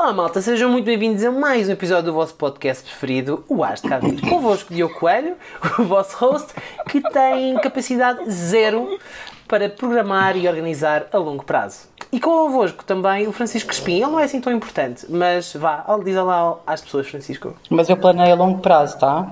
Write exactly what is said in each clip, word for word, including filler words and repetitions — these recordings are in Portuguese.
Olá malta, sejam muito bem-vindos a mais um episódio do vosso podcast preferido, o Has de Cá Vir. Convosco Diogo Coelho, o vosso host, que tem capacidade zero para programar e organizar a longo prazo. E convosco também o Francisco Crespim. Ele não é assim tão importante, mas vá, diz lá às pessoas, Francisco. Mas eu planeio a longo prazo, tá?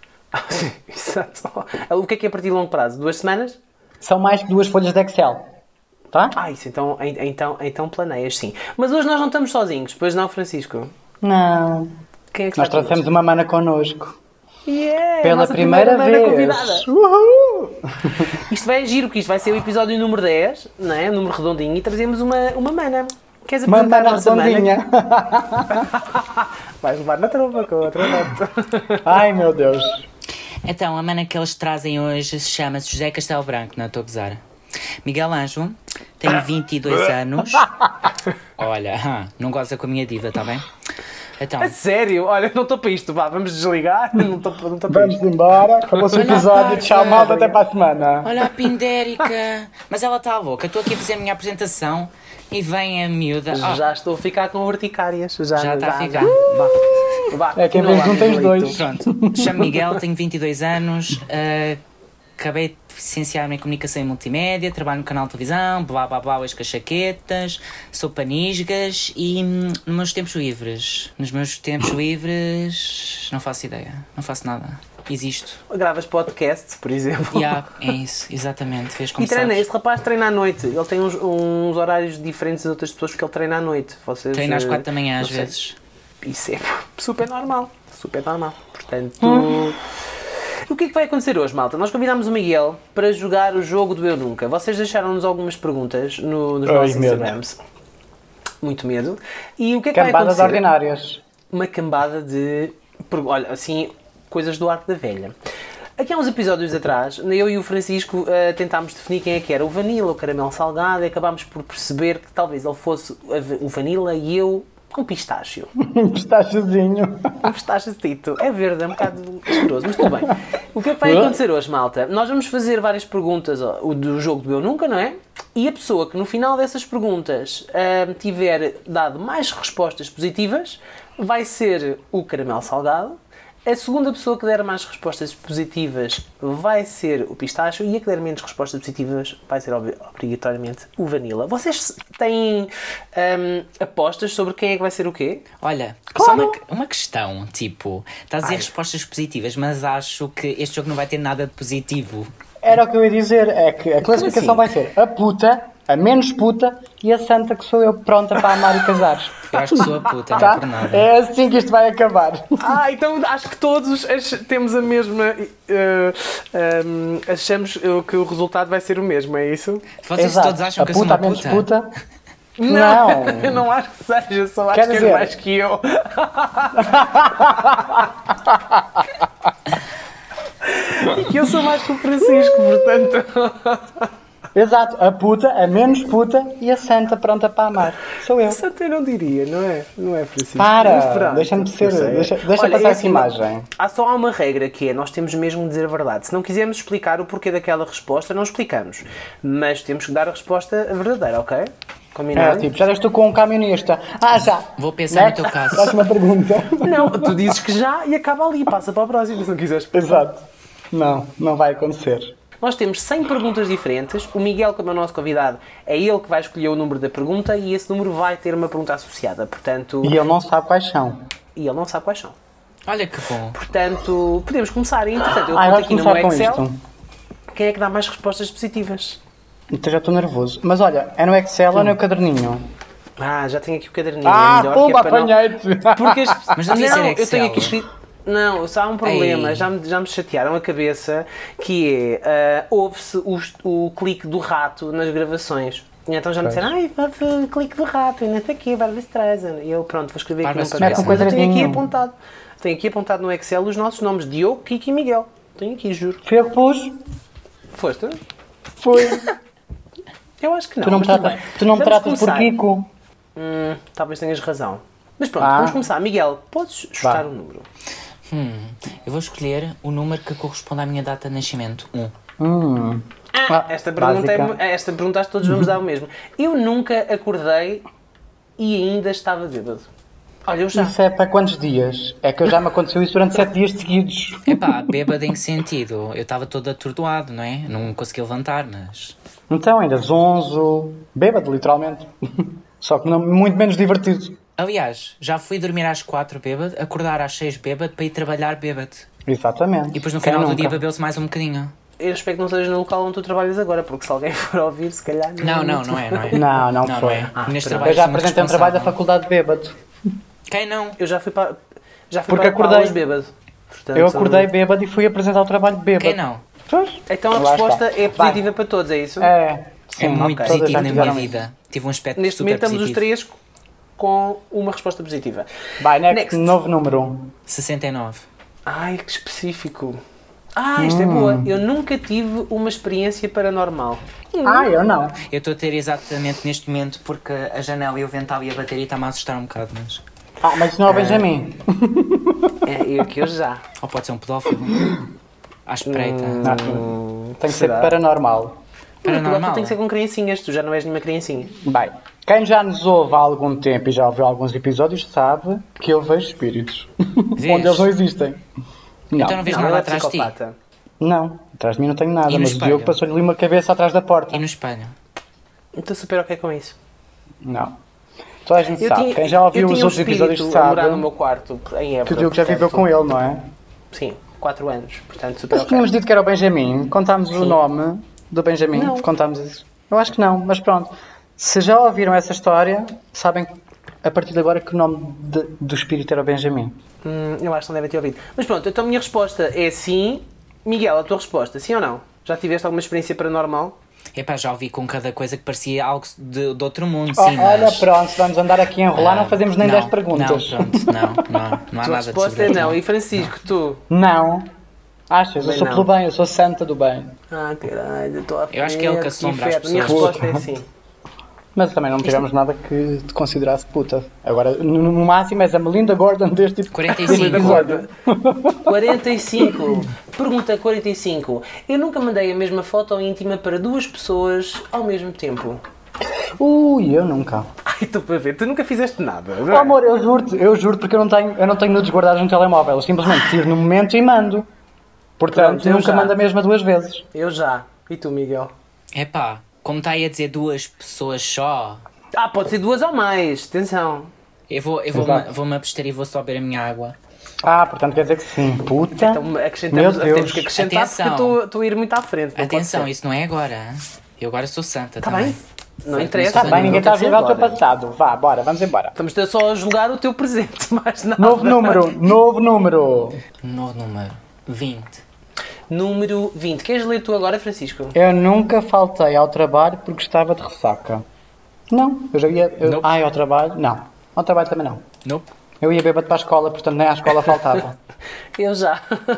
Exato. O que é que é a partir de longo prazo? Duas semanas? São mais que duas folhas de Excel. Tá? Ah, isso, então, então, então planeias, sim. Mas hoje nós não estamos sozinhos, pois não, Francisco? Não. Quem é que nós está trouxemos uma mana connosco. Yeah, Pela primeira, primeira vez. Convidada. Uhul. Isto vai giro, que isto vai ser o episódio número dez, não é? O número redondinho, e trazemos uma, uma mana. Queres apresentar uma mana a nossa redondinha? Mana? Vais levar na tromba com outra nota. Ai, meu Deus. Então, a mana que eles trazem hoje se chama José Castelo Branco, não estou a gozar. Miguel Ângelo tem vinte e dois anos. Olha, não goza com a minha diva, está bem? Então. A sério? Olha, não estou para isto, vá, vamos desligar. Não estou não para vamos isto. embora, acabou-se o episódio, tchau malta, até para a semana. Olha a pindérica, mas ela está louca, estou aqui a fazer a minha apresentação e vem a miúda. Oh. Já estou a ficar com urticárias. Já, já está a ficar. Uh! Vá. Vá, é quem vem não tens dois. Pronto, chamo Miguel, tenho vinte e dois anos, uh, acabei de licenciar-me em Comunicação e Multimédia, trabalho no canal de televisão, blá blá blá, as cachaquetas, sou panisgas e hum, nos meus tempos livres, nos meus tempos livres, não faço ideia, não faço nada, existo. Gravas podcasts, por exemplo. Yeah, é isso, exatamente, fez como E treina, sabes. este rapaz treina à noite, ele tem uns, uns horários diferentes das outras pessoas porque ele treina à noite. Vocês, treina às quatro da manhã às vezes. Isso é super normal, super normal, portanto... Hum. O que é que vai acontecer hoje, malta? Nós convidámos o Miguel para jogar o jogo do Eu Nunca. Vocês deixaram-nos algumas perguntas no, nos Ai, nossos medo. Instagrams. Muito medo. E o que é que vai acontecer? Cambadas ordinárias. Uma cambada de... Olha, assim, coisas do arco da velha. Aqui há uns episódios atrás, eu e o Francisco uh, tentámos definir quem é que era o Vanilla ou o Caramelo Salgado e acabámos por perceber que talvez ele fosse o Vanilla e eu... um pistácio. Um pistachozinho. Um pistachocito. É verde, é um bocado cheiroso, mas tudo bem. O que é que vai acontecer hoje, malta? Nós vamos fazer várias perguntas ó, do jogo do Eu Nunca, não é? E a pessoa que no final dessas perguntas uh, tiver dado mais respostas positivas vai ser o Caramelo Salgado. A segunda pessoa que der mais respostas positivas vai ser o pistacho e a que der menos respostas positivas vai ser obrigatoriamente o Vanilla. Vocês têm um, apostas sobre quem é que vai ser o quê? Olha, claro. Só uma, uma questão, tipo, estás a dizer respostas positivas, mas acho que este jogo não vai ter nada de positivo. Era o que eu ia dizer, é que a classificação assim? Vai ser a puta, a menos puta e a santa que sou eu pronta para amar e casar. Eu acho que sou a puta, tá? Não é por nada. É assim que isto vai acabar. Ah, então acho que todos temos a mesma... Uh, um, achamos que o resultado vai ser o mesmo, é isso? Vocês Exato. todos acham a que puta, eu sou uma puta? puta? Não, não, eu não acho que seja, só acho Quer que dizer... é mais que eu. E que eu sou mais que o Francisco, portanto... Exato, a puta, a menos puta e a santa pronta para amar. Sou eu. A santa eu não diria, não é? Não é, Francisco? Para, deixa-me de ser, deixa, deixa Olha, passar é essa imagem. Há só uma regra que é, nós temos mesmo de dizer a verdade. Se não quisermos explicar o porquê daquela resposta, não explicamos. Mas temos que dar a resposta verdadeira, ok? Combinado? É, tipo, já estou com um camionista. Ah, já. Vou pensar né? no teu caso. Próxima pergunta. Não, tu dizes que já e acaba ali, passa para a próxima, se não quiseres explicar. Exato. Não, não vai acontecer. Nós temos cem perguntas diferentes, o Miguel, como é o nosso convidado, é ele que vai escolher o número da pergunta e esse número vai ter uma pergunta associada, portanto... E ele não sabe quais são. E ele não sabe quais são. Olha que bom. Portanto, podemos começar. E, entretanto, eu ah, conto aqui no meu Excel isto. Quem é que dá mais respostas positivas. Então já estou nervoso. Mas olha, é no Excel Sim. ou no caderninho? Ah, já tenho aqui o caderninho. Ah, é pumba, é apanhei-te! Não... Porque as... Mas não, não eu tenho aqui escrito... Não, só há um problema, já me, já me chatearam a cabeça, que é, uh, ouve-se o, o clique do rato nas gravações. E então já me disseram, ai, o clique do rato, e não está aqui, Barbra Streisand. E eu, pronto, vou escrever aqui no papel. Mas eu tenho aqui apontado, tenho aqui apontado no Excel os nossos nomes, Diogo, Kiko e Miguel. Tenho aqui, juro. Fui eu que pus. Foste? Foi. Eu acho que não, Tu não, mas trata, bem. tu não me tratas começar. por Kiko. Hum, talvez tenhas razão. Mas pronto, ah. vamos começar. Miguel, podes chutar o um número? Hum, eu vou escolher o número que corresponde à minha data de nascimento. Um. Hum. Ah, esta, pergunta é, esta pergunta acho que todos vamos dar o mesmo. Eu nunca acordei e ainda estava bêbado. Olha, eu já. Isso é para quantos dias? É que eu já me aconteceu isso durante sete dias seguidos. Epá, bêbado em que sentido? Eu estava todo atordoado, não é? Não consegui levantar, mas... Então, ainda zonzo, bêbado, literalmente. Só que não, muito menos divertido. Aliás, já fui dormir às quatro bêbado, acordar às seis bêbado para ir trabalhar bêbado. Exatamente. E depois no Quem final do nunca? dia bebeu-se mais um bocadinho. Eu espero que não seja no local onde tu trabalhas agora, porque se alguém for ouvir, se calhar. Não, não, não é, não é. Não, não, Não, foi. não é. Ah, Neste pronto. trabalho Eu já sou muito apresentei um trabalho da responsável. faculdade de bêbado. Quem não? Eu já fui para. Já fui Porque para, para acordei. aulas bêbado. Portanto, Eu acordei bêbado e fui apresentar o trabalho de bêbado. Quem não? Pois. Então a Lá resposta está. é positiva para todos, é isso? É. Sim, É muito ok. todas positivo já na minha tiveram isso. vida. Tive um aspecto Neste super momento estamos os positivo. três com uma resposta positiva. Vai, next, Next. novo número. sessenta e nove. Ai, que específico. Ah, isto é boa. Eu nunca tive uma experiência paranormal. Ah, eu não. Eu estou a ter exatamente neste momento porque a janela e o vento ali a bater e está-me a assustar um bocado, mas... Ah, mas isso não é o Benjamin. É, eu que eu já. Ou pode ser um pedófilo. À espreita. Não, tem que ser será? paranormal. Paranormal. Tu tem que ser com criancinhas, tu já não és nenhuma criancinha. Bem, quem já nos ouve há algum tempo e já ouviu alguns episódios sabe que eu vejo espíritos. Vês? Onde eles não existem. Não, Então não vês Não, nada ela é atrás de ti. psicopata. não, atrás de mim não tenho nada, E no mas o espelho? Diogo passou-lhe ali uma cabeça atrás da porta. E no espelho. Estou super ok com isso. Não. Toda a gente Eu sabe. tinha, Quem já ouviu eu os tinha um outros episódios espírito a morar no sabe meu quarto em Évora. que o Diogo já viveu portanto, com ele, não é? Sim, quatro anos. Portanto, super Mas ok. tínhamos dito que era o Benjamin. Contámos o Sim. nome do Benjamin. Não. Contámos isso. Eu acho que não, mas pronto. Se já ouviram essa história, sabem a partir de agora que o nome de- do espírito era o Benjamin. Hum, eu acho que não devem ter ouvido. Mas pronto, então a minha resposta é sim. Miguel, a tua resposta, sim ou não? Já tiveste alguma experiência paranormal? Epá, já ouvi com cada coisa que parecia algo de, de outro mundo, Oh, sim, olha, mas... pronto, se vamos andar aqui a enrolar, Ah, não fazemos nem não, dez perguntas. Não, pronto, não, não, não há A tua nada de resposta é segredo, não. E Francisco, tu? Não. Achas? Eu Também sou não. pelo bem, eu sou santa do bem. Ah, caralho, estou a Eu acho que é o que assombra as A minha pessoas. resposta é sim. Mas também não tivemos nada que te considerasse puta. Agora, no, no máximo, és a Melinda Gordon deste tipo quarenta e de cinco. episódio. quarenta e cinco. Pergunta quarenta e cinco. Eu nunca mandei a mesma foto íntima para duas pessoas ao mesmo tempo. Ui, eu nunca. Ai, estou para ver. Tu nunca fizeste nada, não Oh, é? amor, eu juro-te, eu juro porque eu não tenho, eu não tenho nudes guardados no telemóvel. Eu simplesmente tiro no momento e mando. Portanto, Pronto, eu nunca já. mando a mesma duas vezes. Eu já. E tu, Miguel? Epá, como está aí a dizer duas pessoas só, Ah, pode ser duas ou mais. Atenção. eu vou, eu vou, Exato. vou-me abster e vou só beber a minha água. Ah, portanto quer dizer que sim. Puta. Então Meu acrescentamos, Deus. temos que acrescentar Atenção. porque eu estou- estou a ir muito à frente. não pode Atenção, ser. isso não é agora. hein? Eu agora sou santa Tá também. bem? Não Foi interessa. Está Não, bem, não ninguém tem está a que ser julgar o teu agora. passado. Vá, bora, vamos embora. Estamos só a julgar o teu presente, mais nada. Novo número, novo número. Novo número, vinte. Número vinte. Queres ler tu agora, Francisco? Eu nunca faltei ao trabalho porque estava de ressaca. Não, eu já ia. Eu, Nope. Ai, ao trabalho? Não. Ao trabalho também não. Nope. Eu ia bêbado para a escola, portanto nem à escola faltava. Eu já.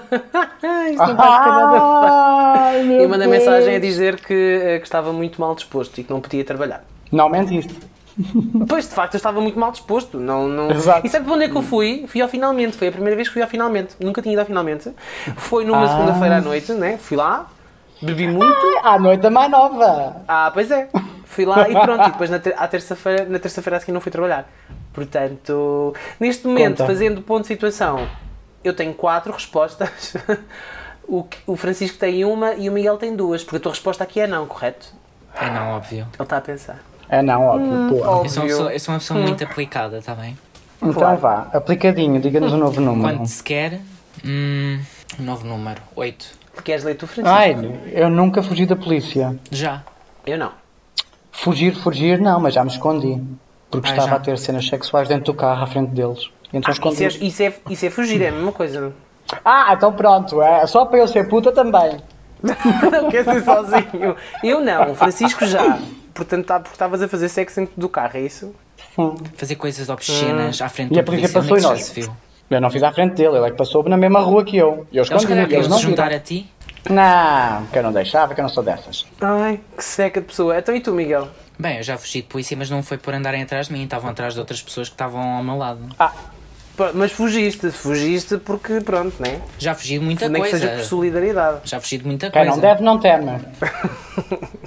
Isso não vai ficar nada Ai, meu E manda Deus. mensagem a dizer que, eh, que estava muito mal disposto e que não podia trabalhar. Não mentiste. Pois, de facto, eu estava muito mal disposto. Não, não... Exato. E sabe para onde é que eu fui? Fui ao Finalmente. Foi a primeira vez que fui ao Finalmente. Nunca tinha ido ao Finalmente. Foi numa Ah. segunda-feira à noite, né? Fui lá, bebi muito. À noite da mais nova. Ah, pois é. Fui lá e pronto. E depois na, ter- à terça-feira, na terça-feira a seguir não fui trabalhar. Portanto, neste momento, Conta. fazendo ponto de situação, eu tenho quatro respostas. O, que- o Francisco tem uma e o Miguel tem duas. Porque a tua resposta aqui é não, correto? É não, óbvio. Ele está a pensar. É não, óbvio, pô. Eu sou uma Óbvio. pessoa, eu sou uma pessoa muito aplicada, está bem? Então Claro. vá, aplicadinho, diga-nos um novo número. Quando se quer, hum, novo número, oito. Queres ler tu, Francisco? Ai, eu nunca fugi da polícia. Já. Eu não. Fugir, fugir, não, mas já me escondi. Porque Ah, estava já. a ter cenas sexuais dentro do carro à frente deles. Então escondi. Isso é, isso, é, isso é fugir, é a mesma coisa. Ah, então pronto, é só para eu ser puta também. Não quer ser sozinho. Eu não, o Francisco já. Portanto, tá, porque estavas a fazer sexo dentro do carro, é isso? Sim. Fazer coisas obscenas à frente E a do polícia polícia, passou onde é e que já nós. se viu? Eu não fiz à frente dele, ele é que passou na mesma rua que eu. E eu Eles escondi, calhar e queriam eles não se juntar viram. a ti? Não, que eu não deixava, que eu não sou dessas. Ai, que seca de pessoa. Então e tu, Miguel? Bem, eu já fugi de polícia, mas não foi por andarem atrás de mim, estavam atrás de outras pessoas que estavam ao meu lado. Ah, Pô, mas fugiste, fugiste porque, pronto, né? Já fugi de muita Nem que coisa. seja por solidariedade. Já fugi de muita quem coisa. não deve não teme.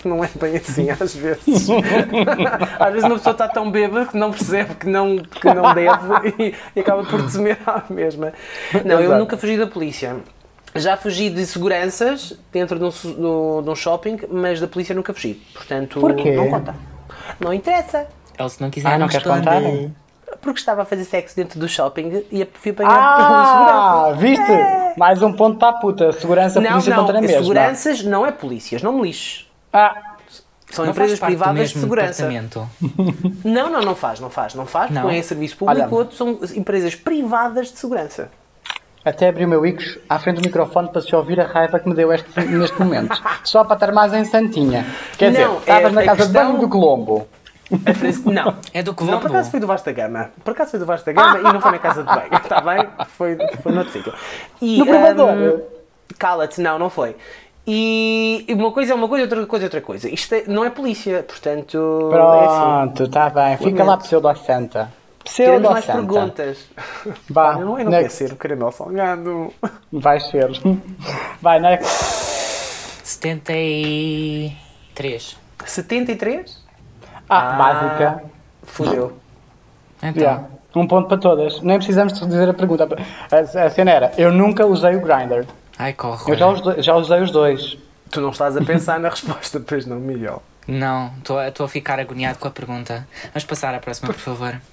não é bem assim às vezes. Às vezes uma pessoa está tão bêbada que não percebe que não, que não deve e, e acaba por temer à mesma. Não, eu Exato. nunca fugi da polícia. Já fugi de seguranças dentro de um, su- do- de um shopping, mas da polícia nunca fugi. Portanto, Porquê? não conta. Não interessa. Ele, se não quiser, Ah, não não queres responde. contar? Porque estava a fazer sexo dentro do shopping e fui apanhado pela segurança. Ah, viste? Mais um ponto para a puta. Segurança, Não, polícia não, contra a mesma. seguranças não é polícias, não me lixes. Ah, São Não empresas faz parte do privadas de mesmo segurança. departamento. Não, não, não faz, não faz, não faz, Não. porque um é serviço público, Olha. o outro são empresas privadas de segurança. até abri o meu Icos à frente do microfone para se ouvir a raiva que me deu este, neste momento. Só para estar mais em santinha. Quer Não, dizer, estavas é- na a casa de questão- banho do Colombo. A França- Não. É do Não, Colombo. por acaso foi do Vasta Gama. Por acaso foi do Vasta Gama e não foi na casa de banho. Está bem? Foi, foi noutro sítio. E, No provador. hum, cala-te, não, não foi. E uma coisa é uma coisa, outra coisa é outra coisa. Isto é- não é polícia, portanto. É assim. Pronto, está bem. Fica Lamento. lá pseudo-santa. Queremos mais Pseudo-santa. perguntas. Vá, Eu não, eu não quero next. ser o caramelo salgado. Vai ser. Vai, next. setenta e três. setenta e três? Ah, Ah. básica. Fudeu. Então, Yeah. Um ponto para todas. Nem precisamos de dizer a pergunta. A, a cena era, eu nunca usei o Grindr. ai, corre. Eu já, os do- já usei os dois. Tu não estás a pensar na resposta, pois não, Miguel. Não, estou a ficar agoniado com a pergunta. Vamos passar à próxima, por favor.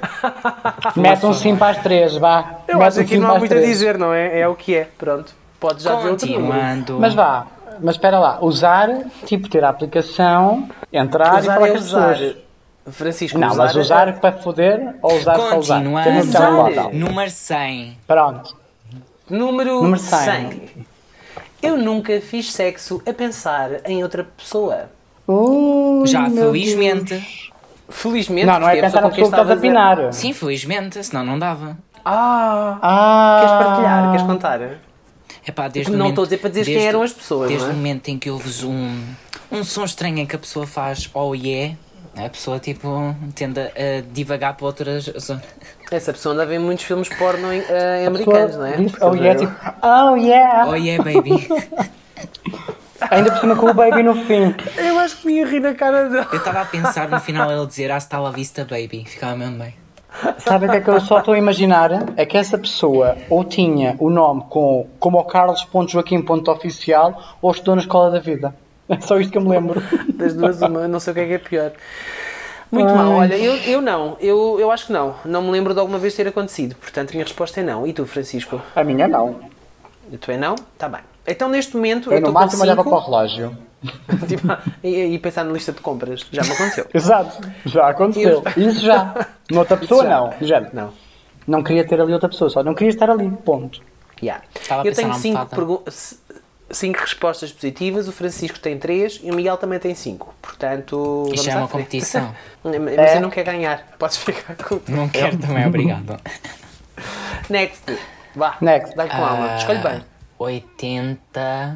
Mete um sim para as três, vá. Eu Mete acho um que aqui sim não para há as muito a três. dizer, não é? É o que é. Pronto. Podes já dizer outro número. Continuando. Mas vá, mas espera lá. Usar, tipo ter a aplicação, entrar e Usar falar é com as usar. pessoas. Francisco, Não, mas usar para foder ou usar para usar? Continuando. Tem no telemóvel. Número cem. Pronto. Número, Número cem. cem. Eu nunca fiz sexo a pensar em outra pessoa. Ui, Já, meu felizmente. Deus. Felizmente, Não, não é porque a pensar pessoa na com quem pessoa que estás a estavas pinar. Sim, felizmente, senão não dava. Ah! Ah, Queres partilhar? Queres contar? Epá, desde Não o momento- estou a dizer para dizer quem desde- eram as pessoas, Desde não é? o momento em que ouves um, um som estranho em que a pessoa faz oh yeah, a pessoa tipo tende a divagar para outras zonas. Essa pessoa anda a ver muitos filmes porno em, eh, a americanos, pessoa não é? diz, Porque oh yeah, eu- tipo, oh yeah. Oh yeah, baby. Ainda por cima com o baby no fim. Eu acho que me ia rir na cara dele. Eu estava a pensar no final ele dizer hasta la vista, baby. Ficava mesmo bem. Sabe o que é que eu só estou a imaginar? É que essa pessoa ou tinha o nome com, como o carlos.joaquim.oficial ou estudou na escola da vida. É só isto que eu me lembro. Das duas, uma, eu não sei o que é que é pior. Muito Ai. mal, olha, eu, eu não, eu, eu acho que não. Não me lembro de alguma vez ter acontecido, portanto a minha resposta é não. E tu, Francisco? A minha não. E tu é não? Tá bem. Então neste momento Eu eu no estou com máximo olhava para o cinco relógio. tipo, e, e pensar na lista de compras. Já me aconteceu. Exato. Já aconteceu. Isso já. Noutra pessoa Isso já. não. Já. Não. Não queria ter ali outra pessoa, só não queria estar ali. Ponto. Yeah. Estava a Eu pensar tenho na cinco, almofada. pergu- c- cinco respostas positivas, o Francisco tem três e o Miguel também tem cinco. Portanto, Isto vamos é à uma frente. competição. Mas É. você não quer ganhar. Podes ficar com o Não quero também, obrigado. Next. Vá. Next. Dá-lhe com a alma. Ah, Escolhe bem. oitenta,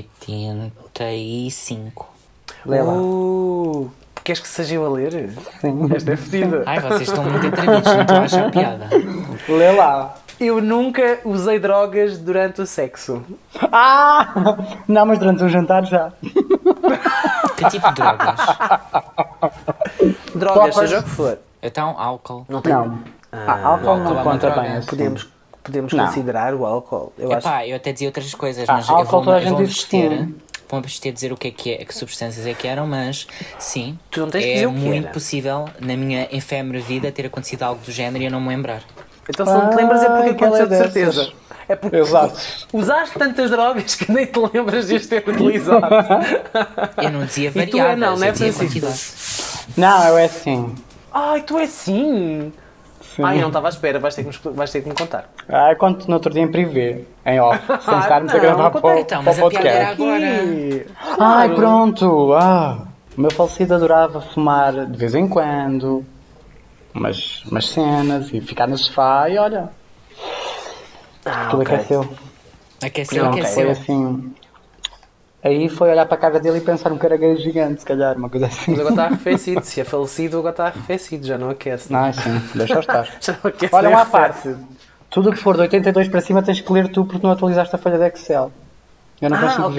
oitenta e cinco. Lê lá. Uh, queres que seja eu a ler? Sim. Esta é fedida. Ai, vocês estão muito atrevidos, não estou a achar piada. Lê lá. Eu nunca usei drogas durante o sexo. Ah! Não, mas durante o jantar já. Que tipo de drogas? Drogas, Drogas. seja o que for. Então, álcool. Não tem. Não. Ah, álcool álcool é não uma conta droga. bem assim. Podemos, podemos Não. considerar o álcool. Eu acho. Epá, eu até dizia outras coisas, Ah, mas eu álcool vou-me toda a eu gente vou diz que abster. sim. Vou-me abster de dizer o que é que é, que substâncias é que eram, mas sim, Tu não tens que é dizer o que muito era. possível na minha efêmera vida ter acontecido algo do género e eu não me lembrar. Então se não te lembras é porque Ah, aquela aconteceu de dessas. certeza. É porque Exato. usaste tantas drogas que nem te lembras de as ter utilizado. Eu não dizia E tu é variadas, não, não é, eu dizia Francisco? quantidade. Não, eu é assim. Ai, tu é assim. Sim. Ai, não estava à espera, vais ter que me, expl- vais ter que me contar. Ah, eu conto no outro dia em privê, em off, sem Ah, estarmos a não, gravar conta para, o- aí então, para o mas a piada era podcast. agora. Aqui. Ai, Claro. pronto. Ah, o meu falecido adorava fumar de vez em quando, umas, umas cenas e ficar no sofá e olha, Ah, tudo ok. aqueceu. Aqueceu, Não, aqueceu. foi assim. Aí foi olhar para a cara dele e pensar um caraguejo gigante, se calhar, uma coisa assim. Mas agora está arrefecido. Se é falecido, agora está arrefecido. Já não aquece. Não, sim, deixa eu estar. Já não aquece. Olha nem uma arrefece. parte. Tudo o que for de oitenta e dois para cima tens que ler tu porque não atualizaste a folha de Excel. Eu não Ah, consigo ok. ver.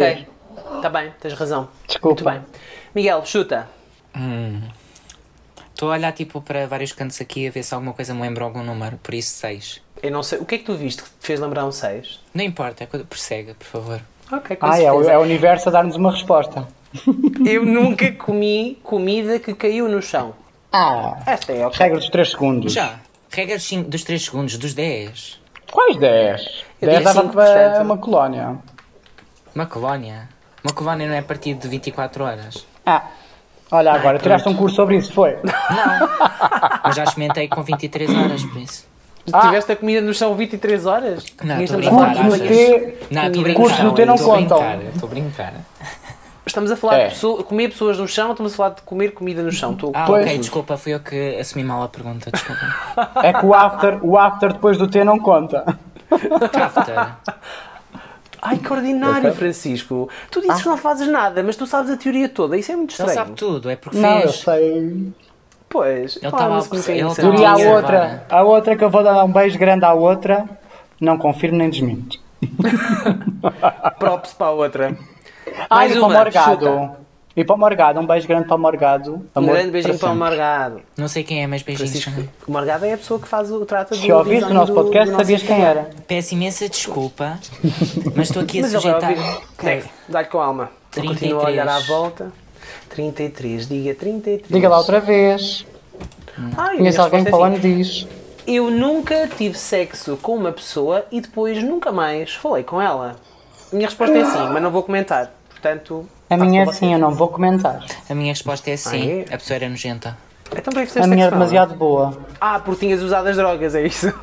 Está bem, tens razão. Desculpa. Muito bem. Miguel, chuta. Estou a olhar tipo para vários cantos aqui a ver se alguma coisa me lembra algum número, por isso seis. Eu não sei. O que é que tu viste que te fez lembrar um seis? Não importa, é coisa persegue, por favor. Ok, com Ah, é, o- certeza. é o universo a dar-nos uma resposta. Eu nunca comi comida que caiu no chão. Ah, Esta é ok. regra dos três segundos. Já, regra dos, cinco, dos três segundos, dos dez. Quais dez? Eu dez disse dava cinco, para portanto. uma colónia. Uma colónia. Uma colónia não é a partir de vinte e quatro horas. Ah, olha agora, pronto. tiraste um curso sobre isso, foi? Mas já experimentei com vinte e três horas, por isso. Ah. Tiveste a comida no chão vinte e três horas? Não, E estou a estamos a brincar. falar de Curso no coisas- T, Não, estou a Comida brincar. curso no T não estou a contam. brincar, Estou a brincar. Estamos a falar É. de pessoa, comer pessoas no chão, estamos a falar de comer comida no chão. Estou Ah, Pois. ok, desculpa, fui eu que assumi mal a pergunta, desculpa. é que o after, o after depois do T não conta. After. Ai, que ordinário, Ok. Francisco. Tu dizes que não fazes nada, mas tu sabes a teoria toda. Isso é muito Ele estranho. sabe tudo, é porque Não, eu fez. sei. Pois. Ele pá, estava mas a- um bocadinho ele estranho. Teoria à Não, outra, a outra que eu vou dar um beijo grande à outra, não confirmo nem desminto. Props para a outra. Ah, Mais e para o uma, Morgado. chuta. E para o Morgado, um beijo grande para o Morgado. Um Amor grande beijinho para o sempre. Morgado. Não sei quem é, mas beijinhos. Francisco, o Morgado é a pessoa que faz o trata do Se ouviste o design nosso do- podcast, do nosso sabias quem Instagram. era. Peço imensa desculpa, mas estou aqui a Mas ele vai sujeitar. ouvir. Next, dá-lhe com a alma. Ele trinta e continua a olhar à três. volta. trinta e três, diga trinta e três. Diga lá outra vez. Ai, a minha Conhece alguém que resposta para o é ano diz. Eu nunca tive sexo com uma pessoa e depois nunca mais falei com ela. A minha resposta é sim, mas não vou comentar. Portanto, A passo minha é para assim, vocês. eu não vou comentar. A minha resposta é sim. Ah, é? A pessoa era nojenta. Então para que A minha é demasiado boa. Ah, porque tinhas usado as drogas, é isso?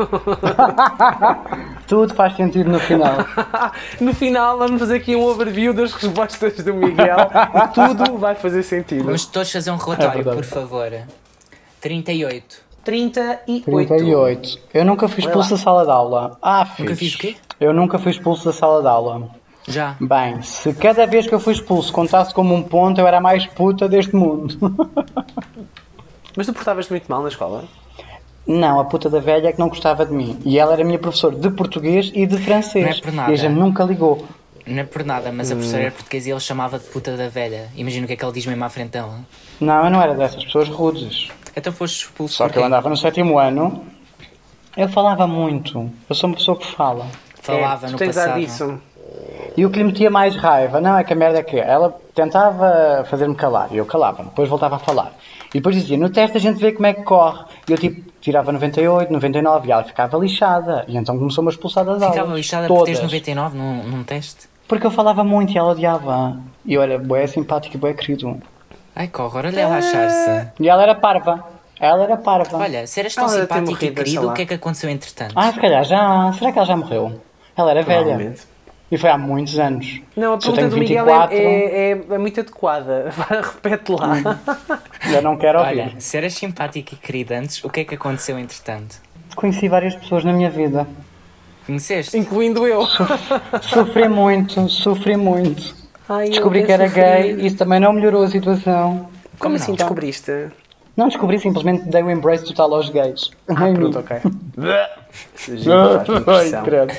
Tudo faz sentido no final. No final vamos fazer aqui um overview das respostas do Miguel e tudo vai fazer sentido. Vamos todos fazer um É relatório, verdade. por favor. trinta e oito. trinta e oito. trinta e oito. Eu nunca fui Olha expulso lá. da sala de aula. Ah, fiz. Nunca fiz o quê? Eu nunca fui expulso da sala de aula. Já. Bem, se cada vez que eu fui expulso contasse como um ponto, eu era a mais puta deste mundo. Mas tu portavas-te muito mal na escola? Não, a puta da velha é que não gostava de mim. E ela era minha professora de português e de francês. Não é por nada. E a gente nunca ligou. Não é por nada, mas a Hum. professora era portuguesa e ele chamava de puta da velha. Imagina o que é que ele diz mesmo à frente dela. Não, eu não era dessas pessoas rudes. Então foste expulso Só por que eu quê? andava no sétimo ano. Eu falava muito. Eu sou uma pessoa que fala. Falava é, tu no tens passado. ar disso. E o que lhe metia mais raiva, não é que a merda é que ela tentava fazer-me calar e eu calava-me, depois voltava a falar. E depois dizia, no teste a gente vê como é que corre. E eu tipo, tirava noventa e oito, noventa e nove e ela ficava lixada. E então começou-me a expulsar das aulas. Ficava lixada por todas. teres noventa e nove num, num teste. Porque eu falava muito e ela odiava. E olha, bué simpático e bué querido. Ai, corre, olha ela a achar-se. E ela era parva. Ela era parva. Olha, se eras tão Ela deve ter simpático e morrido, deixa querido, lá. o que é que aconteceu entretanto? Ah, se calhar já. Será que ela já morreu? Ela era velha. Provavelmente. E foi há muitos anos. Não, a Se eu pergunta tenho do vinte e Miguel quatro, é, é, é, é muito adequada. Repete lá. eu não quero ouvir. Olha, se eras simpático e querido antes, o que é que aconteceu entretanto? Conheci várias pessoas na minha vida. Conheceste? Incluindo eu. Sofri muito, sofri muito. Ai, eu Descobri até que era sofri. gay e isso também não melhorou a situação. Como Como assim não? descobriste? Não descobri, simplesmente dei o embrace total aos gays. Ah, Em pronto, mim. ok. Essa gente faz-me Ai, impressão. credo.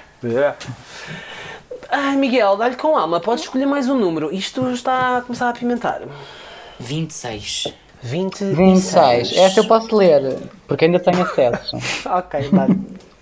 Ai, Miguel, dá-lhe com alma. Podes escolher mais um número. Isto está a começar a apimentar. vinte e seis. vinte e seis. vinte e seis. Esta eu posso ler, porque ainda tenho acesso. Ok, dá-lhe.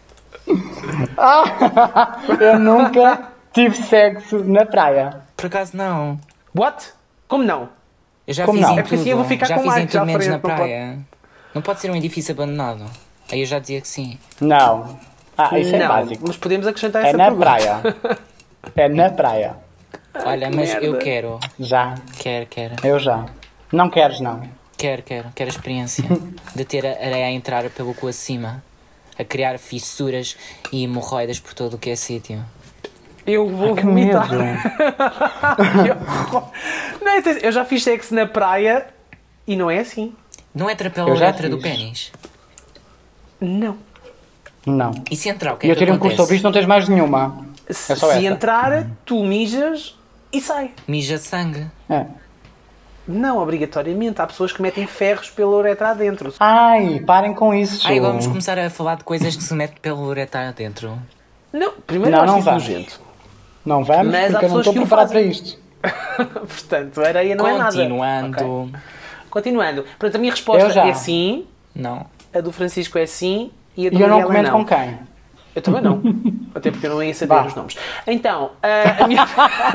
Ah, eu nunca tive sexo na praia. Por acaso não. What? Como não? Eu já Como fiz não? em É porque assim eu vou tudo. ficar já com fiz em likes à tudo menos frente, na não pode- praia. Não pode ser um edifício abandonado. Aí eu já dizia que sim. Não. Ah, isso é não, básico. mas podemos acrescentar É essa na pergunta. praia. É na praia. Olha, que mas merda. eu quero. Já. Quero, quero. Eu já. Não queres, não. Quero, quero. Quero a experiência de ter a areia a entrar pelo cu acima. A criar fissuras e hemorroidas por todo o que é sítio. Eu vou Que vomitar. medo. Não, é- eu já fiz sexo na praia e não é assim. Não entra pela Eu já uretra do fiz. pênis. Não. Não. E se entrar, o que E é eu que tirei um curso acontece? sobre isto, não tens mais nenhuma. Se, É só se essa. entrar, tu mijas e sai. Mija sangue. É. Não, obrigatoriamente. Há pessoas que metem ferros pela uretra adentro. Ai, parem com isso. Ai, vamos começar a falar de coisas que se metem pela uretra dentro. Não, primeiro Não, eu acho não isso vamos. nojento. Não vamos, Mas há porque eu não pessoas estou que o preparado para fazem. isto. Portanto, areia não é nada. Continuando. Ok. Continuando. Portanto, a minha resposta Eu já. é sim, Não. a do Francisco é sim e a do E eu não Miguel é comento não. com quem? Eu também não. Até porque eu não ia saber Vá. os nomes. Então, a, a minha...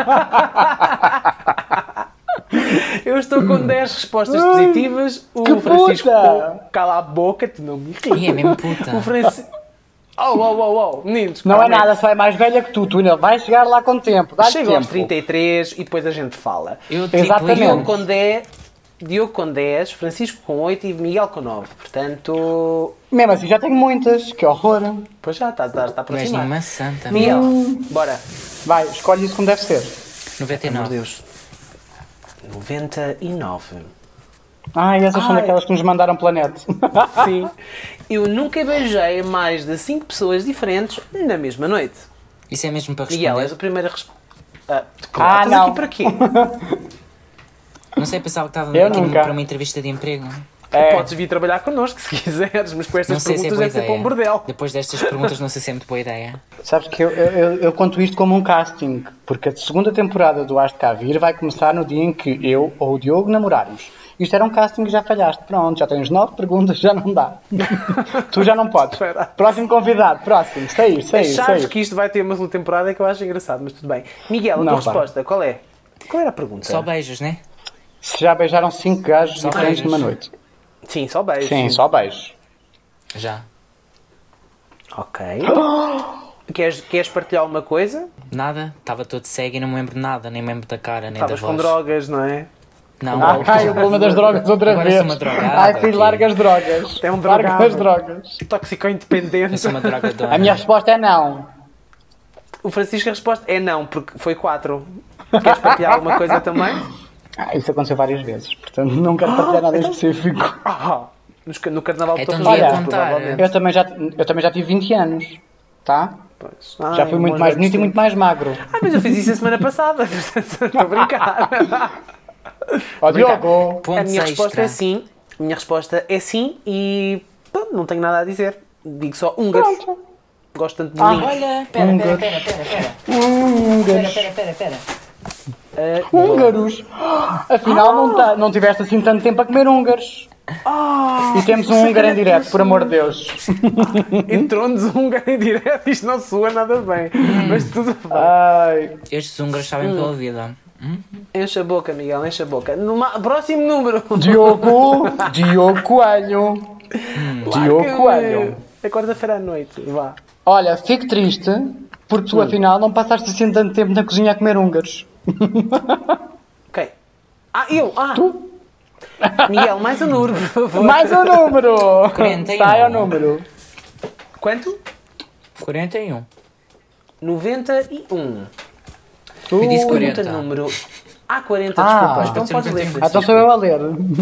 eu estou com dez respostas Ai, positivas. O que Francisco, puta! cala a boca, tu não me E é irritas. mesmo puta. O Francisco... Oh, oh, oh, oh, meninos. Não é calma aí. nada, só é mais velha que tu. Tu ainda vais chegar lá com tempo. Dá-lhe Chego tempo. aos trinta e três e depois a gente fala. Eu Exatamente. Diogo triplico. com dez, Diogo com dez, Francisco com oito e Miguel com nove. Portanto, Mesmo assim, já tenho muitas. Que horror. pois já está, está, está a Tu és aproximar. uma santa. Miguel, Hum. bora. Vai, escolhe isso como deve ser. noventa e Meu nove. Deus. noventa e nove. Ai, essas são Ai. daquelas que nos mandaram planeta. Sim. Eu nunca beijei mais de cinco pessoas diferentes na mesma noite. Isso é mesmo para Miguel, és responder? a primeira resposta. Ah, Ah, claro, estás não. aqui para quê? Não sei, pensava que estava Eu aqui nunca. para uma entrevista de emprego. É. Podes vir trabalhar connosco se quiseres, mas com Não estas sei se é perguntas boa deve ser para um ideia. bordel. Depois destas perguntas não sei se é muito boa ideia. Sabes que eu, eu, eu, eu conto isto como um casting, porque a segunda temporada do Has de Cá Vir vai começar no dia em que eu ou o Diogo namorarmos. Isto era um casting e já falhaste. Pronto, já tens nove perguntas, já não dá. Tu já não podes. Espera. Próximo convidado, próximo. Sair, sair, Achares sair. que isto vai ter uma segunda temporada é que eu acho engraçado, mas tudo bem. Miguel, a Não, tua pá. resposta, qual é? Qual era a pergunta? Só beijos, né? Se já beijaram cinco gajos Só diferentes beijos. numa noite. Sim, só beijo. Sim, só beijos. Já. Ok. queres, queres partilhar alguma coisa? Nada. Estava todo cego e não me lembro de nada. Nem me lembro da cara, nem Estavas da com voz. drogas, não é? Não. Ah, ai, o problema das drogas outra Agora vez. sou uma drogada Ai, filho, aqui. larga as drogas. É um larga drogado. as drogas. Toxicodependente. Eu sou uma drogadona. A minha resposta é não. O Francisco, a resposta é não, porque foi quatro. Queres partilhar alguma coisa também? Ah, isso aconteceu várias vezes, portanto não quero partilhar nada em específico. Ah, nos- no Carnaval de Então Torres devia Vedras, contar. provavelmente. Eu também já, eu também já tive vinte anos, tá? Pois. Já Ai, fui muito bons mais velhos bonito e muito mais magro. tempos. Ah, mas eu fiz isso a semana passada, portanto, estou a brincar. Ó Brincar. Diogo, Pontos A minha resposta extra. é sim. A minha resposta é sim e pronto, não tenho nada a dizer. Digo só húngaros. Pronto. Gosto tanto de Ah, vinhos. Olha, pera, Húngaros. pera, pera, pera, pera. húngaros. Pera, pera, pera. Ah, Húngaros. Afinal não, tá, não tiveste assim tanto tempo a comer húngaros. E temos um húngaro em direto, por amor de Deus. Entrou-nos um húngaro em direto, isto não soa nada bem. Mas tudo bem. Ai, Estes húngaros sabem pela vida. Enche a boca, Miguel, enche a boca. Numa- próximo número. Diogo, Diogo Coelho. Diogo Larga-me. Coelho. É quarta-feira à noite, vá. Olha, fico triste porque tu afinal não passaste assim tanto tempo na cozinha a comer húngaros. Ok. Ah, eu? Ah! Miguel, mais um número, por favor. Mais um número! quarenta e um. Sai ao número. Quanto? quarenta e um. noventa e um. Eu disse Uh, quarenta. Pergunta número... Ah, quarenta, Ah, desculpa. mas Então pode ser podes ler, noventa e um. Ah, então sou eu a ler.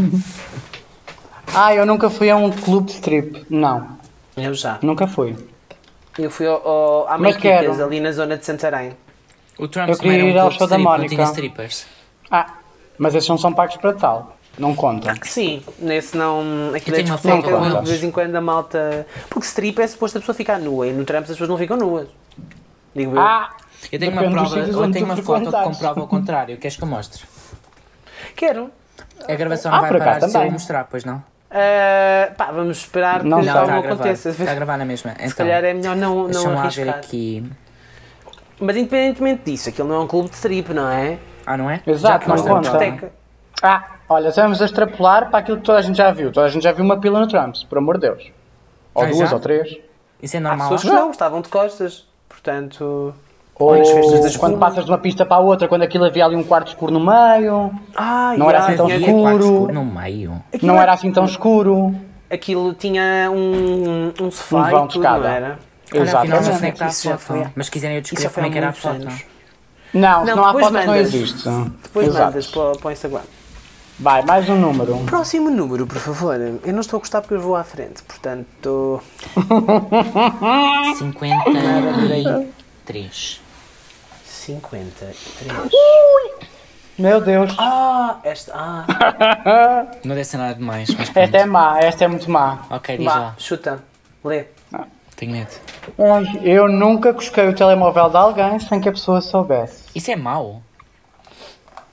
Ah, eu nunca fui a um clube de strip. Não, Eu já. nunca fui. Eu fui ao, ao, à Mas Maquitas, quero. ali na zona de Santarém. O Trump Eu também queria ir era um ao clube show de da strip, não Mónica. tinha strippers. Ah, mas esses não são pagos para tal. Não contam. Sim, nesse não... Aquilo Eu é tenho uma discoteca, foto lá. de vez em quando a malta... Porque strip é suposto a pessoa ficar nua e no Trump as pessoas não ficam nuas. Digo eu. Ah! Eu tenho uma Depende dos prova, sítios eu onde tenho tu uma foto que frequentares. comprova o contrário. Queres que eu mostre? Quero. A gravação Ah, não vai por cá parar de se eu também. mostrar, pois não? Ah, pá, vamos esperar Não que sei. Não, algo está a gravar. aconteça. Está a gravar na mesma. Se Então, calhar é melhor não, não deixa-me lá ver arriscar. aqui. Mas independentemente disso, aquilo não é um clube de strip, não é? Ah, não é? Exato, Já não te Aquilo é uma conta. discoteca. Ah, olha, vamos a extrapolar para aquilo que toda a gente já viu. Toda a gente já viu uma pila no Trumps, por amor de Deus. Ou Ah, duas já? ou três. Isso é Há normal? pessoas que não, estavam de costas. Portanto... Ou nas festas das quando espumas. passas de uma pista para a outra, quando aquilo havia ali um quarto escuro no meio. Ah, Não era já, assim tão tinha- Havia quarto escuro. escuro no meio. Aquilo Não é- era assim tão escuro. Aquilo tinha um, um sofá Um vão e de tudo, não escada. era? Olha, afinal já sei que está a Isso já foto. foi- Mas se quiserem eu Isso já descrevo foi como é há que era a muitos foto. anos. Não, se Não, não há depois fotos não mandas. existe. Depois Exato. mandas para, o- para o Instagram. Vai, mais um número. Próximo número, por favor. Eu não estou a gostar porque eu vou à frente, portanto... cinquenta e três. cinquenta e três. Meu Deus. Ah, esta... Ah, Não deve ser nada demais, mas Esta é pronto. má, esta é muito má. Ok, diz vá, lá. chuta. Lê. Tenho medo. Ai, eu nunca cusquei o telemóvel de alguém sem que a pessoa soubesse. Isso é mau?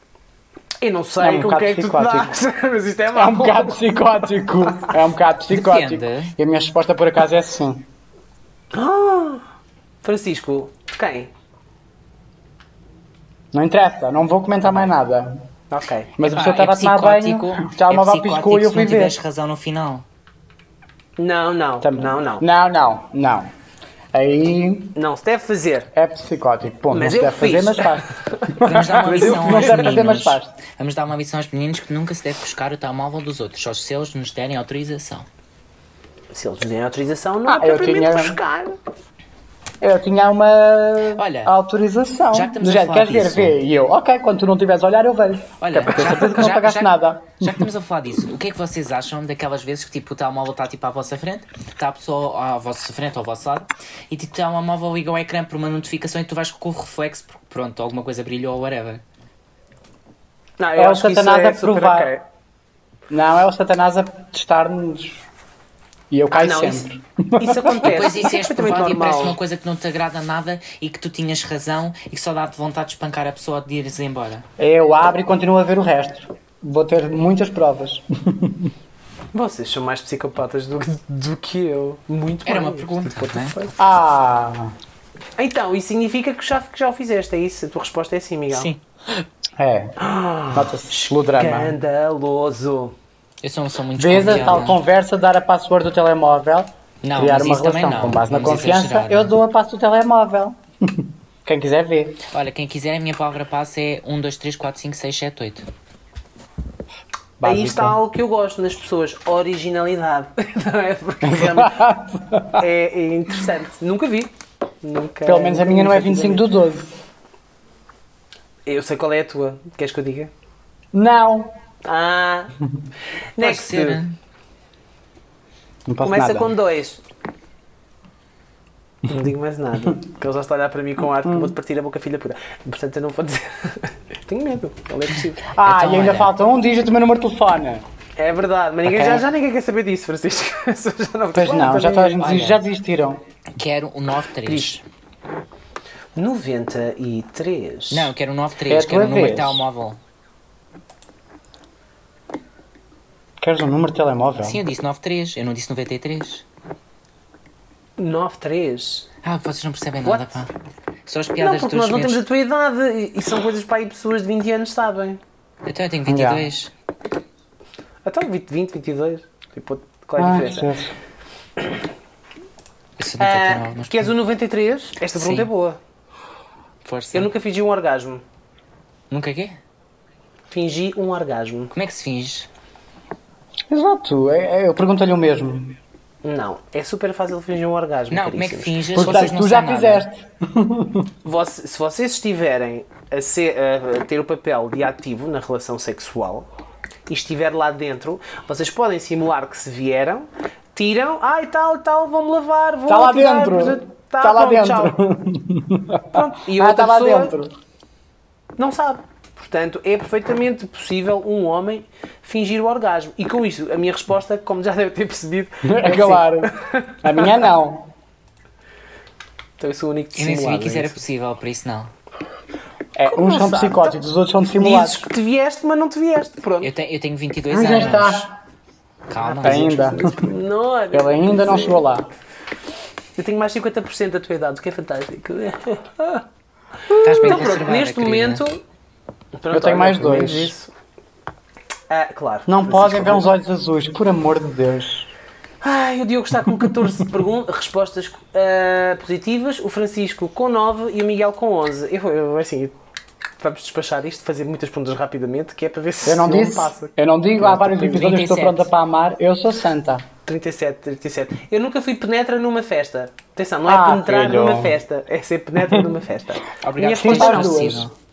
Eu não sei É um o que bocado é que tu te psicótico. dás, mas isto é É mau. um bocado psicótico. É um bocado psicótico. Depende. E a minha resposta por acaso é sim. Ah, Francisco, de quem? Não interessa, não vou comentar mais nada. Ok. Mas a Pá, pessoa estava a tomar banho, já é uma psicótico piscou e eu se fui não ver. tiveres razão no final. Não, não, Também. não, não. Não, não, não. Aí Não se deve fazer. é psicótico. Ponto. Mas não se eu deve fazer, fiz. mas faz. Vamos dar uma Mas eu missão não aos deve fazer, mas meninos. faz. Vamos dar uma missão aos meninos que nunca se deve buscar o telemóvel dos outros, só se eles nos derem autorização. Se eles nos derem autorização, não Ah, é eu propriamente tinha- buscar. Eu tinha uma Olha, autorização. já que estamos Do a género, falar queres ver? disso. Vê. E eu, ok, quando tu não estiveres a olhar, eu vejo. Olha, Que é para ter já, certeza que não já- pagaste já- nada. já que estamos a falar disso, o que é que vocês acham daquelas vezes que tipo, o telemóvel está tipo à vossa frente, está a pessoa à vossa frente, ao vosso lado, e tipo, o telemóvel liga ao ecrã por uma notificação e tu vais com o reflexo porque pronto, alguma coisa brilhou ou whatever. Não, É eu o acho que isso Satanás é a super provar. ok. Não, é o Satanás a testar-nos. E eu Ah, caio não, sempre. isso, isso acontece. Depois isso és é perfeitamente provado e parece normal. uma coisa que não te agrada nada e que tu tinhas razão e que só dá-te vontade de espancar a pessoa de ires embora. Eu abro e continuo a ver o resto. Vou ter muitas provas. Vocês são mais psicopatas do, do que eu. Muito Era mais. uma pergunta, Tipo, what the não é? fuck? Ah, Então, isso significa que já, que já o fizeste, é isso? A tua resposta é sim, Miguel? Sim. é. Nota-se pelo drama. Escandaloso. Eu sou, sou muito Vês a tal desconfiada. conversa, dar a password do telemóvel, Não, criar mas uma isso também relação não. com base na Vamos confiança, exagerar, eu não. dou a passo do telemóvel. Quem quiser ver. Olha, quem quiser, a minha palavra passe é um, dois, três, quatro, cinco, seis, sete, oito. Aí Básico. está algo que eu gosto nas pessoas, originalidade. Não é? Porque realmente é, é interessante. Nunca vi. Nunca, Pelo menos a nunca minha vi, não é vinte e cinco do doze. Eu sei qual é a tua. Queres que eu diga? Não. Ah! Pode Next. ser. Não posso Começa nada. com dois. Não digo mais nada. Porque ele já está a olhar para mim com ar que eu vou-te partir a boca, filha puta. Portanto, eu não vou dizer. Tenho medo. Não é possível. Ah, Então, e ainda olha. falta um, diz o meu número de telefone. É verdade, mas ninguém, Ok. já, já ninguém quer saber disso, Francisco. já não, Pois não, já, toda a gente Olha. diz- já desistiram. Quero o nove três. Diz. noventa e três. Não, eu quero o nove É três, a quero o tua número de vez. telemóvel. Queres um número de telemóvel? Sim, eu disse nove três, eu não disse noventa e três. noventa e três. Ah, vocês não percebem What? nada, pá. Só as Não, piadas porque dos nós não temos a meus... tua idade e, e são coisas para aí pessoas de vinte anos sabem. Então eu tenho vinte e dois. Então vinte, vinte, vinte e dois. Tipo, qual é a Ah, diferença? certo. Eu sou de noventa e nove, Ah, mas... queres o noventa e três? Esta pergunta Sim. é boa. Força. Eu nunca fingi um orgasmo. Nunca quê? Fingi um orgasmo. Como é que se finge? Exato, é- é- eu pergunto-lhe o mesmo. Não, é super fácil fingir um orgasmo. Não, como é que caríssimos. finges se vocês Portanto, não tu já sabem nada? fizeste. Voce- se vocês estiverem a, ser- a ter o papel de ativo na relação sexual e estiver lá dentro, vocês podem simular que se vieram, tiram, ai tal, tal, vão-me lavar, vou Está lá tirar, dentro. depois- tá, Está lá pronto, tchau. dentro. Pronto. E a Ah, outra está lá pessoa dentro. não sabe. Portanto, é perfeitamente possível um homem fingir o orgasmo. E com isto, a minha resposta, como já deve ter percebido, é É sim. claro. A minha não. Então eu sou o único Eu nem sabia dissimulado. que isso é era isso. possível, por isso não. É, Como uns não são sabe? psicóticos, os outros são Dizes dissimulados. que te vieste, mas não te vieste. Pronto. Eu, te, eu tenho vinte e dois Mas já anos. está. Calma. Ainda. Menor. Ele ainda não chegou lá. Eu tenho mais cinquenta por cento da tua idade, o que é fantástico. Estás bem Então pronto, conservada, neste querida. momento... Pronto, Eu tenho olha, mais pelo menos dois. isso. Ah, claro. Não Francisco, podem ver uns olhos azuis, por amor de Deus. Ai, o Diogo está com catorze pergun- respostas ah, positivas, o Francisco com nove e o Miguel com onze. Eu, eu assim, vamos despachar isto, fazer muitas perguntas rapidamente, que é para ver se Eu não se disse, passa. eu não digo, há vários trinta e episódios que estou sete. pronta para amar, eu sou santa. trinta e sete, trinta e sete. Eu nunca fui penetra numa festa. Atenção, não é Ah, penetrar filho. numa festa, é ser penetra numa festa. Obrigado Minha por teres resposta é resposta duas. esclarecido.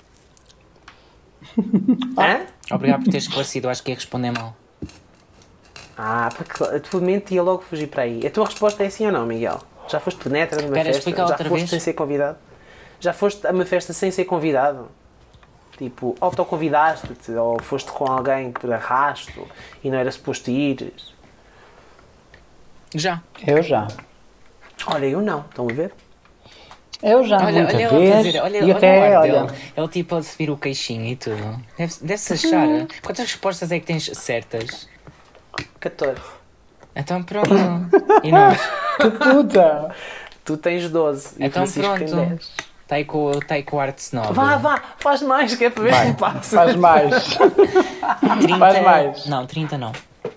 Hã? Obrigado por teres esclarecido, acho que ia responder mal. Ah, porque a tua mente ia logo fugir para aí. A tua resposta é sim ou não, Miguel? Já foste penetra numa Espera, festa? explica Já outra foste vez. sem ser convidado? Já foste a uma festa sem ser convidado? Tipo, autoconvidaste-te ou foste com alguém por arrasto e não era suposto ir? Já. Eu já. Olha, eu não. Estão a ver? Eu já, Olha, muita olha ele a vez, fazer, olha, e olha até, o ar olha, dele. Ele tipo a subir o queixinho e tudo. Deve- Deve-se achar. Quantas respostas é que tens certas? catorze. Então pronto. E nós? que puta! Tu tens doze. E Então Francisco tem pronto. dez. Está aí com, tá aí com o arte snob. Vá, vá, faz mais, que é para ver Vai, se passa. faz mais. trinta, faz mais. Não, trinta não.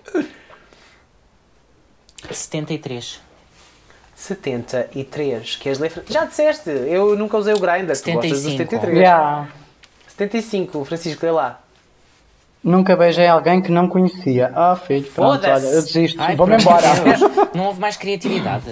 setenta e três. setenta e três. Queres ler? Já disseste, eu nunca usei o Grindr. Tu setenta e gostas do cinco. setenta e três. Yeah. setenta e cinco, Francisco, lê lá. Nunca beijei alguém que não conhecia. Ah, filho, pronto, Foda-se. olha, eu desisto. Ai, Vou-me por amor de embora. Deus, não houve mais criatividade.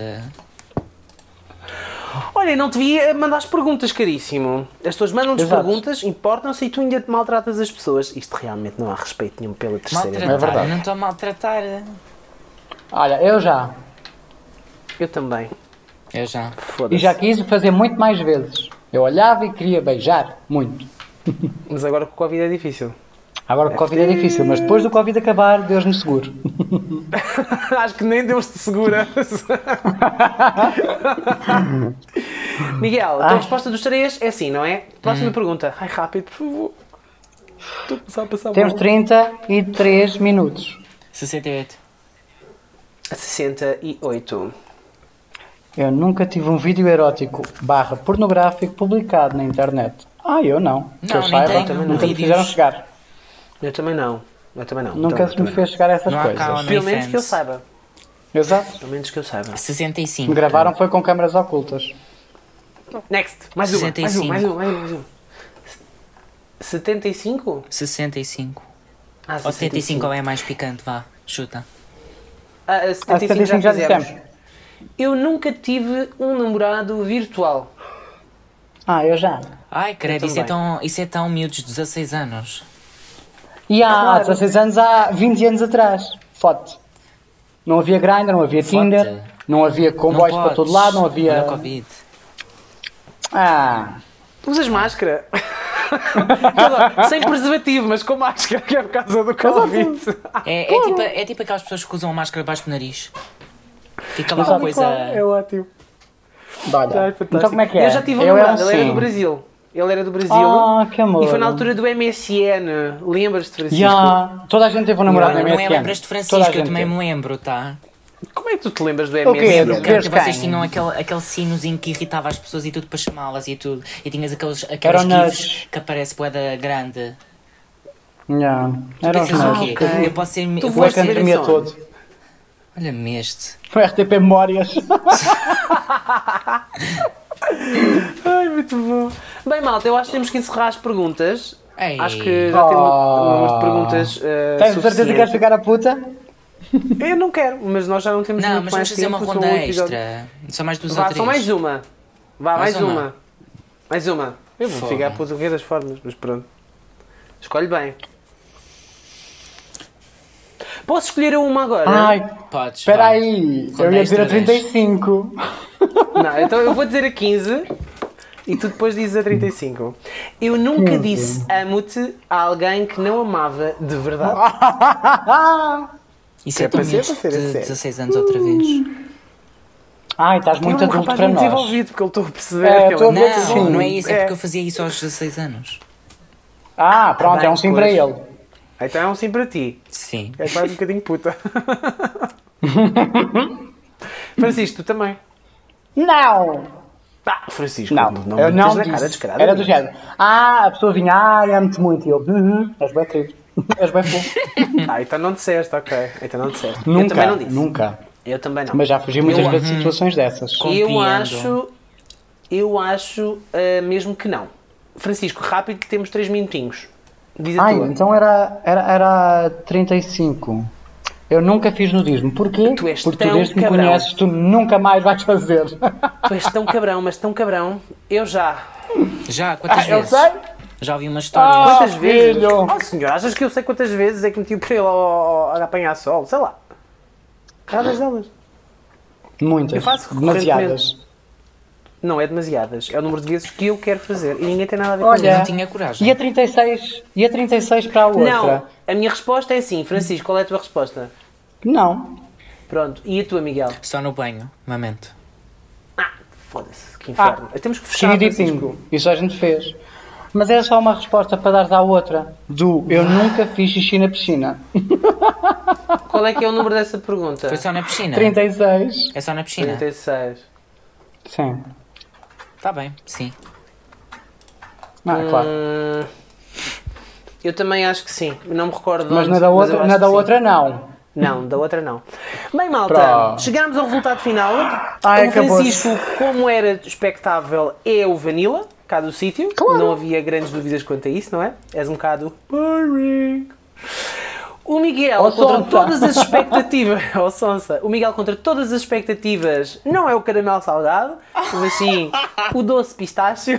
Olha, não te vi mandar as perguntas, caríssimo. As pessoas mandam-nos Exato. perguntas, importam-se e tu ainda te maltratas as pessoas. Isto realmente não há respeito nenhum pela terceira. Maltratar, É verdade. eu não estou a maltratar. Olha, eu já. Eu também. Eu já. E Foda-se. já quis o fazer muito mais vezes. Eu olhava e queria beijar, muito. Mas agora com o Covid é difícil. Agora o Covid é difícil, mas depois do Covid acabar, Deus me segure. Acho que nem Deus te segura. Miguel, a tua Ai. resposta dos três é sim, não é? Próxima pergunta. Ai, rápido, por favor. Estou a começar a passar Temos mal. trinta e três minutos. sessenta e oito. sessenta e oito. Eu nunca tive um vídeo erótico barra pornográfico publicado na internet. Ah, eu não. Que eu Não, nem saiba, tenho nunca me vídeos. fizeram chegar. Eu também não. Eu também não. Nunca Também- se me também fez chegar essas Não há coisas. cá não. Pelo menos OnlyFans. que eu saiba. Exato. Pelo menos que eu saiba. sessenta e Me cinco. gravaram foi com câmaras ocultas. Next. Mais uma. sessenta e Mais uma. cinco. Mais uma. Mais uma. Mais uma. setenta e cinco? sessenta e cinco. Ah, Ou setenta e cinco ou é mais picante, vá. Chuta. Ah, a A setenta e cinco já, já fizemos. dissemos. Eu nunca tive um namorado virtual. Ah, eu já. Ai, credo, isso é, também. tão, isso é tão miúdos de dezasseis anos. E há, há Claro. dezasseis anos, há vinte anos atrás. Foto. Não havia Grindr, não havia Foto. Tinder, não havia comboios para todo lado, não havia... Olha o Covid. Ah, Usas máscara? Agora, sem preservativo, mas com máscara, que é por causa do Covid. É, é, tipo, é tipo aquelas pessoas que usam a máscara debaixo do nariz. Fica lá Exato. uma coisa. É ótimo. olha. Ai, fantástico. Então como é que é? Eu já tive um Eu é namorado, ele era sim. do Brasil. Ele era do Brasil. Ah, que amor. E foi na altura do M S N. Lembras-te, Francisco? Já. Toda a gente teve um namorado Não, na não M é S N. lembras de Toda a Francisco, eu gente também teve. me lembro, tá? Como é que tu te lembras do O M S quê? N? Do Que, quê? que vocês Quem? tinham aquele, aquele sinozinho que irritava as pessoas e tudo para chamá-las e tudo. E tinhas aqueles, Era aqueles o gifs nudge. que aparece boeda grande. Já. Era os Pensas o meus. quê? ok. Eu posso ser. Tu eu O vou foste ser- ver academia isso todo. Olha-me este. Foi R T P Memórias. Ai, muito bom. Bem, malta, eu acho que temos que encerrar as perguntas. Ei. Acho que já temos Oh. umas perguntas. Uh, Tens certeza que queres ficar a puta? Eu não quero, mas nós já não temos Não, muito mas mais vamos fazer uma tempo, ronda são um episódio- extra. Só mais duas ou Vá, três. só mais uma. Vá, mais, Mais uma. uma. Mais uma. Eu vou Foda. ficar por qualquer das formas, mas pronto. Escolhe bem. Posso escolher uma agora? Ai, Podes. espera vá. aí. Ronda Eu ia dizer extra a trinta e cinco. Não, então eu vou dizer a quinze e tu depois dizes a trinta e cinco. Eu nunca quinze. disse amo-te a alguém que não amava de verdade. Isso É é tão para ser, miúdos para ser, é de sério. dezasseis anos outra vez. Ai, estás muito Ele é um adulto rapaz para muito nós. desenvolvido, porque ele estou a perceber É, que estou a ele ver é que Não, sim. não é isso, é É. porque eu fazia isso aos dezasseis anos. Ah, pronto, Bem, é um sim pois. para ele. Então é um sim para ti. Sim. É quase um bocadinho puta. Francisco, tu também. Não! Ah, Francisco, Não, não, eu metas não na disse. cara descarada. Era do género. Ah, a pessoa vinha, ah, amo-te muito. E eu, uhum, és bem querido. És bem fofo. Ah, então não disseste, ok. Então não disseste. eu Nunca, também não disse. nunca. Eu também não. Mas já fugi muitas Eu- vezes de situações dessas. Eu Compreendo. acho. Eu acho ah, mesmo que não. Francisco, rápido que temos três minutinhos. Diz a Ai, tua. então era, era, era trinta e cinco. Eu nunca fiz nudismo. Porquê? Tu és Porque tão tu desde que me cabrão. conheces, tu nunca mais vais fazer. Tu és tão cabrão, mas tão cabrão. Eu já. Já, quantas Ah, eu vezes? sei. Já ouvi uma história. Ah, Quantas vezes? filho. Oh senhor, achas que eu sei quantas vezes é que meti para ele ao- ao- a apanhar sol? Sei lá. Cada delas. Muitas. Eu faço Demasiadas. Não é demasiadas. É o número de vezes que eu quero fazer. E ninguém tem nada a ver com Olha, isso. Eu não tinha coragem. E a trinta e seis? E a trinta e seis para a outra? Não. A minha resposta é sim. Francisco, qual é a tua resposta? Não. Pronto. E a tua, Miguel? Só no banho, momento. Ah, Foda-se, que inferno. Ah, Temos que fechar, Xiriditinho. Francisco. Isso a gente fez. Mas era só uma resposta para dares à outra. Do eu nunca fiz xixi na piscina. Qual é que é o número dessa pergunta? Foi só na piscina? trinta e seis. É só na piscina? trinta e seis. Sim. Tá bem, sim. Ah, claro. Hum, eu também acho que sim. Não me recordo Mas onde, na da eu outra, acho na que da sim. outra não. Não, da outra não. Bem, malta, Pronto. chegámos ao resultado final. Ai, o acabou. Francisco, como era expectável, é o Vanilla, cá do sítio. Claro. Não havia grandes dúvidas quanto a isso, não é? És um bocado boring. O Miguel, Oh, contra sonsa. todas as expectativas... Oh, sonsa. O Miguel, contra todas as expectativas, não é o caramelo salgado, mas sim o doce pistácio.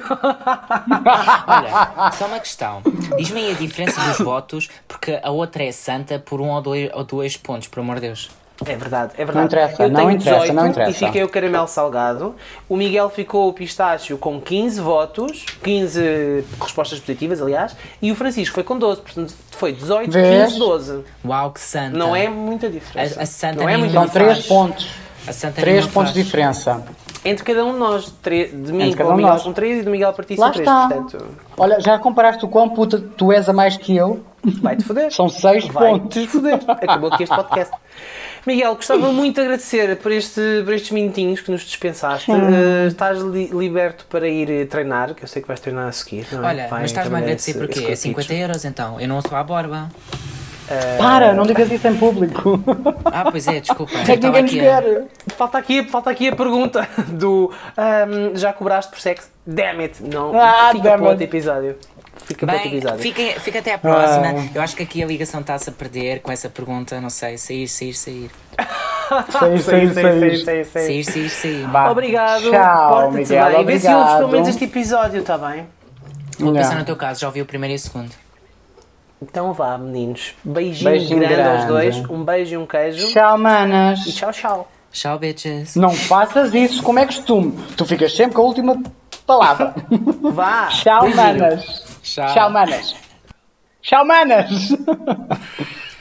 Olha, só uma questão. Diz-me aí a diferença dos votos, porque a outra é santa por um ou dois, ou dois pontos, por amor de Deus. É verdade, é verdade. Não interessa, eu não tenho interessa, dezoito não interessa. e fiquei o caramelo salgado. O Miguel ficou o pistácio com quinze votos, quinze respostas positivas, aliás, e o Francisco foi com doze, portanto foi dezoito, Vês? quinze, doze. Uau, que santa. Não é muita diferença. A- a santa não é nem muita não São três faz. pontos. A santa Três nenhuma pontos de faz. diferença. Entre cada um de nós, tre- de mim Entre cada com o um de Miguel nós. são três e do Miguel para ti Lá são três, está. portanto Olha, já comparaste o quão puta tu és a mais que eu? vai-te foder. São seis Vai-te pontos. foder. Acabou aqui este podcast. Miguel, gostava muito de agradecer por, este, por estes minutinhos que nos dispensaste. Uh, estás li- liberto para ir eh, treinar, que eu sei que vais treinar a seguir. Não é? Olha, Vai mas estás-me a trabalhar agradecer esse- porquê? esse É cinquenta euros então. Eu não sou à borba. Para, não digas isso em público. Ah, pois é, desculpa. É Eu que estava ninguém nos aqui a... quer. Falta aqui, falta aqui a pergunta do ahm, já cobraste por sexo? Damn it! Não, Ah, fica damn para outro it. episódio. Fica para outro Bem, episódio. fica, fica até à próxima. Ah. Eu acho que aqui a ligação está-se a perder com essa pergunta. Não sei, sair, sair, sair. Sei, sei, sei. sei, Sair, sair, sair. Vá. Obrigado, Tchau, porta-te Miguel, bem. Vê se ouves pelo menos obrigado. este episódio, está bem? Vou pensar Não. no teu caso, já ouvi o primeiro e o segundo. Então vá, meninos. Beijinho, Beijinho grande, aos grande. dois. Um beijo e um queijo. Tchau, manas. E tchau, tchau. Tchau, bitches. Não faças isso, como é costume. Tu ficas sempre com a última palavra. Vá. Tchau, Beijinho. manas. Tchau. Tchau, manas. Tchau, manas.